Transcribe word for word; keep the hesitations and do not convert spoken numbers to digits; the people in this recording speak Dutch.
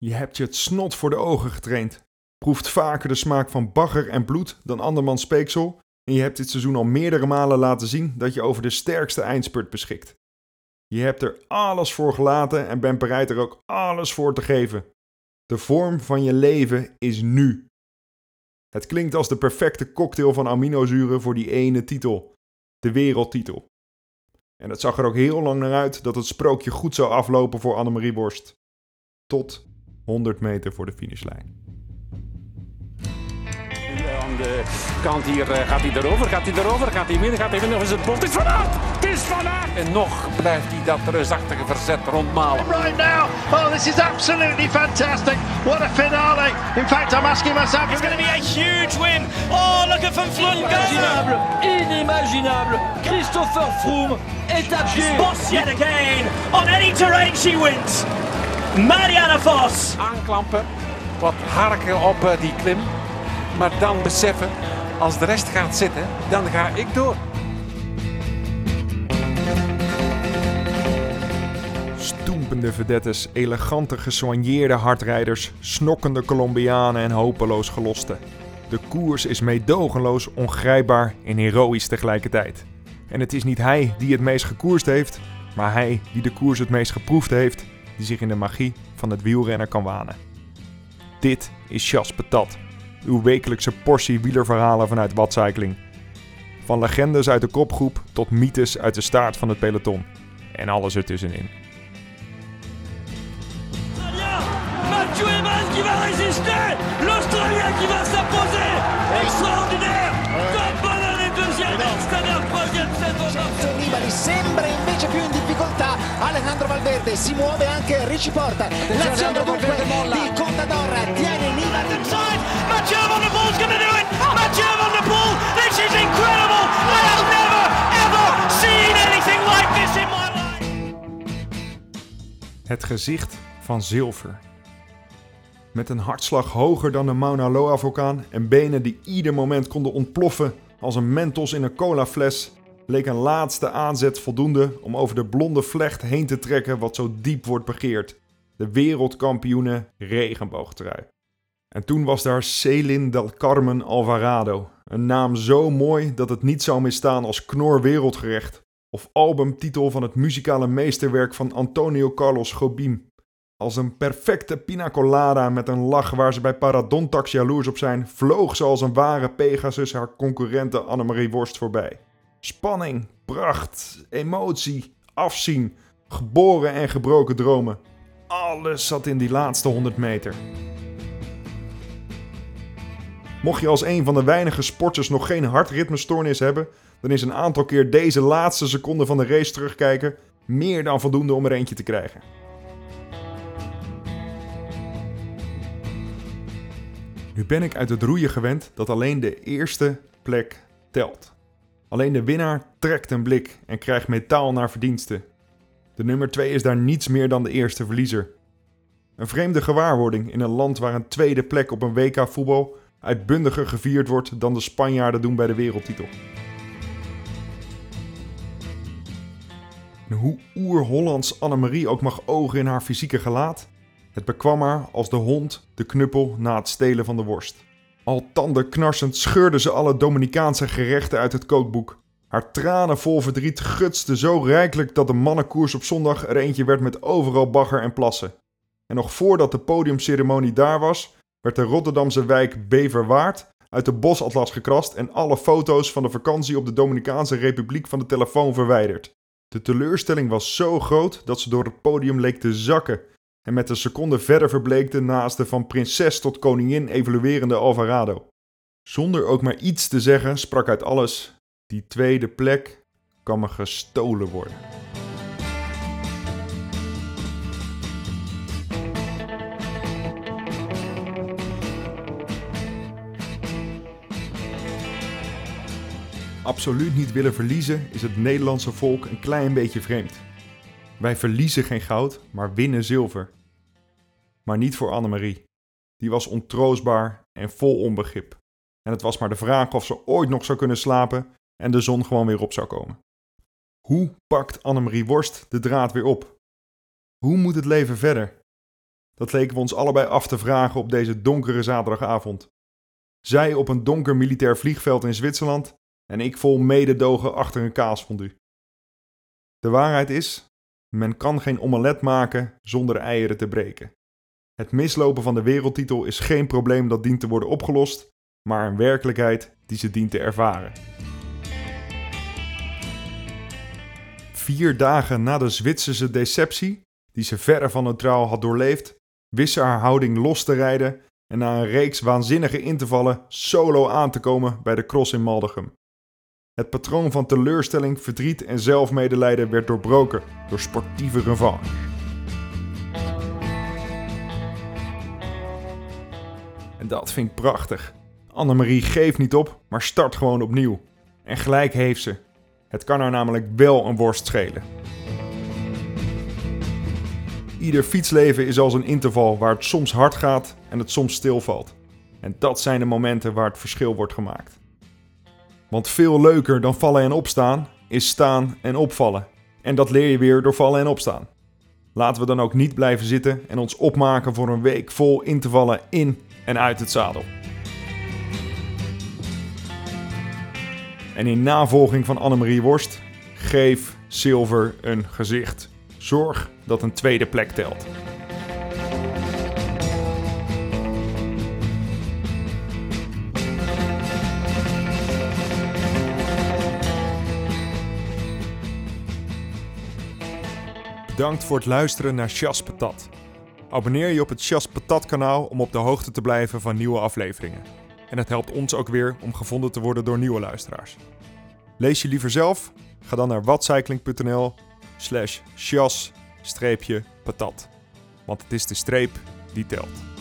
Je hebt je het snot voor de ogen getraind. Proeft vaker de smaak van bagger en bloed dan andermans speeksel. En je hebt dit seizoen al meerdere malen laten zien dat je over de sterkste eindspurt beschikt. Je hebt er alles voor gelaten en bent bereid er ook alles voor te geven. De vorm van je leven is nu. Het klinkt als de perfecte cocktail van aminozuren voor die ene titel. De wereldtitel. En het zag er ook heel lang naar uit dat het sprookje goed zou aflopen voor Annemarie Worst. Tot honderd meter voor de finishlijn. Aan de kant hier uh, gaat hij erover, gaat hij erover, gaat hij winnen, gaat hij winnen of is het Bolt? Het is Van Aert! Het is Van Aert! En nog blijft hij dat reusachtige verzet rondmalen. Right now, oh this is absolutely fantastic. What a finale. In fact, I'm asking myself... It's going to be a huge win. Oh, look at Van Vleuten. Inimaginable, inimaginable. Christopher Froome est à pied. Vos yet again. On any terrain she wins. Marianne Vos. Aanklampen, wat harken op uh, die klim. Maar dan beseffen, als de rest gaat zitten, dan ga ik door. Stoempende vedettes, elegante gesoigneerde hardrijders, snokkende Colombianen en hopeloos gelosten. De koers is meedogenloos, ongrijpbaar en heroïsch tegelijkertijd. En het is niet hij die het meest gekoerst heeft, maar hij die de koers het meest geproefd heeft, die zich in de magie van het wielrennen kan wanen. Dit is Chas Patat. Uw wekelijkse portie wielerverhalen vanuit Wattcycling. Van legendes uit de kopgroep tot mythes uit de staart van het peloton. En alles ertussenin. Mathieu Evans qui va résister. L'Australien qui va s'imposer. Extraordinaire. Tom Boonen est deuxième. Verstappen troisième. Certo Nibali sembra invece più in difficoltà. Alejandro Valverde si muove anche Richie Porta. L'azione dunque di Contador tiene Nibali. Mathieu Van der Poel's going to do it. Mathieu Van der Poel. This is incredible. I have never ever seen anything like this in my life. Het gezicht van zilver. Met een hartslag hoger dan de Mauna Loa-vulkaan en benen die ieder moment konden ontploffen als een Mentos in een colafles, leek een laatste aanzet voldoende om over de blonde vlecht heen te trekken wat zo diep wordt begeerd. De wereldkampioene regenboogtrui. En toen was daar Celin del Carmen Alvarado. Een naam zo mooi dat het niet zou misstaan als Knor Wereldgerecht of albumtitel van het muzikale meesterwerk van Antonio Carlos Jobim. Als een perfecte pina colada met een lach waar ze bij Paradontax jaloers op zijn, vloog ze als een ware Pegasus haar concurrente Annemarie Worst voorbij. Spanning, pracht, emotie, afzien, geboren en gebroken dromen. Alles zat in die laatste honderd meter. Mocht je als een van de weinige sporters nog geen hartritmestoornis hebben, dan is een aantal keer deze laatste seconde van de race terugkijken meer dan voldoende om er eentje te krijgen. Nu ben ik uit het roeien gewend dat alleen de eerste plek telt. Alleen de winnaar trekt een blik en krijgt metaal naar verdienste. De nummer twee is daar niets meer dan de eerste verliezer. Een vreemde gewaarwording in een land waar een tweede plek op een W K voetbal uitbundiger gevierd wordt dan de Spanjaarden doen bij de wereldtitel. En hoe oer-Hollands Annemarie ook mag ogen in haar fysieke gelaat, het bekwam haar als de hond de knuppel na het stelen van de worst. Al tandenknarsend scheurde ze alle Dominicaanse gerechten uit het kookboek. Haar tranen vol verdriet gutsten zo rijkelijk dat de mannenkoers op zondag er eentje werd met overal bagger en plassen. En nog voordat de podiumceremonie daar was, werd de Rotterdamse wijk Beverwaard uit de bosatlas gekrast en alle foto's van de vakantie op de Dominicaanse Republiek van de telefoon verwijderd. De teleurstelling was zo groot dat ze door het podium leek te zakken en met een seconde verder verbleekte naast de van prinses tot koningin evoluerende Alvarado. Zonder ook maar iets te zeggen sprak uit alles: die tweede plek kan me gestolen worden. Absoluut niet willen verliezen is het Nederlandse volk een klein beetje vreemd. Wij verliezen geen goud, maar winnen zilver. Maar niet voor Annemarie. Die was ontroostbaar en vol onbegrip. En het was maar de vraag of ze ooit nog zou kunnen slapen en de zon gewoon weer op zou komen. Hoe pakt Annemarie Worst de draad weer op? Hoe moet het leven verder? Dat leken we ons allebei af te vragen op deze donkere zaterdagavond. Zij op een donker militair vliegveld in Zwitserland en ik vol mededogen achter een kaasfondue. De waarheid is, men kan geen omelet maken zonder eieren te breken. Het mislopen van de wereldtitel is geen probleem dat dient te worden opgelost, maar een werkelijkheid die ze dient te ervaren. Vier dagen na de Zwitserse deceptie, die ze verre van neutraal had doorleefd, wist ze haar houding los te rijden en na een reeks waanzinnige intervallen solo aan te komen bij de cross in Maldegem. Het patroon van teleurstelling, verdriet en zelfmedelijden werd doorbroken door sportieve revanche. En dat vind ik prachtig. Annemarie geeft niet op, maar start gewoon opnieuw. En gelijk heeft ze. Het kan haar namelijk wel een worst schelen. Ieder fietsleven is als een interval waar het soms hard gaat en het soms stilvalt. En dat zijn de momenten waar het verschil wordt gemaakt. Want veel leuker dan vallen en opstaan is staan en opvallen. En dat leer je weer door vallen en opstaan. Laten we dan ook niet blijven zitten en ons opmaken voor een week vol intervallen in en uit het zadel. En in navolging van Annemarie Worst, geef zilver een gezicht. Zorg dat een tweede plek telt. Bedankt voor het luisteren naar Chas Patat. Abonneer je op het Chas Patat kanaal om op de hoogte te blijven van nieuwe afleveringen. En het helpt ons ook weer om gevonden te worden door nieuwe luisteraars. Lees je liever zelf? Ga dan naar watcycling.nl slash chas streepje patat. Want het is de streep die telt.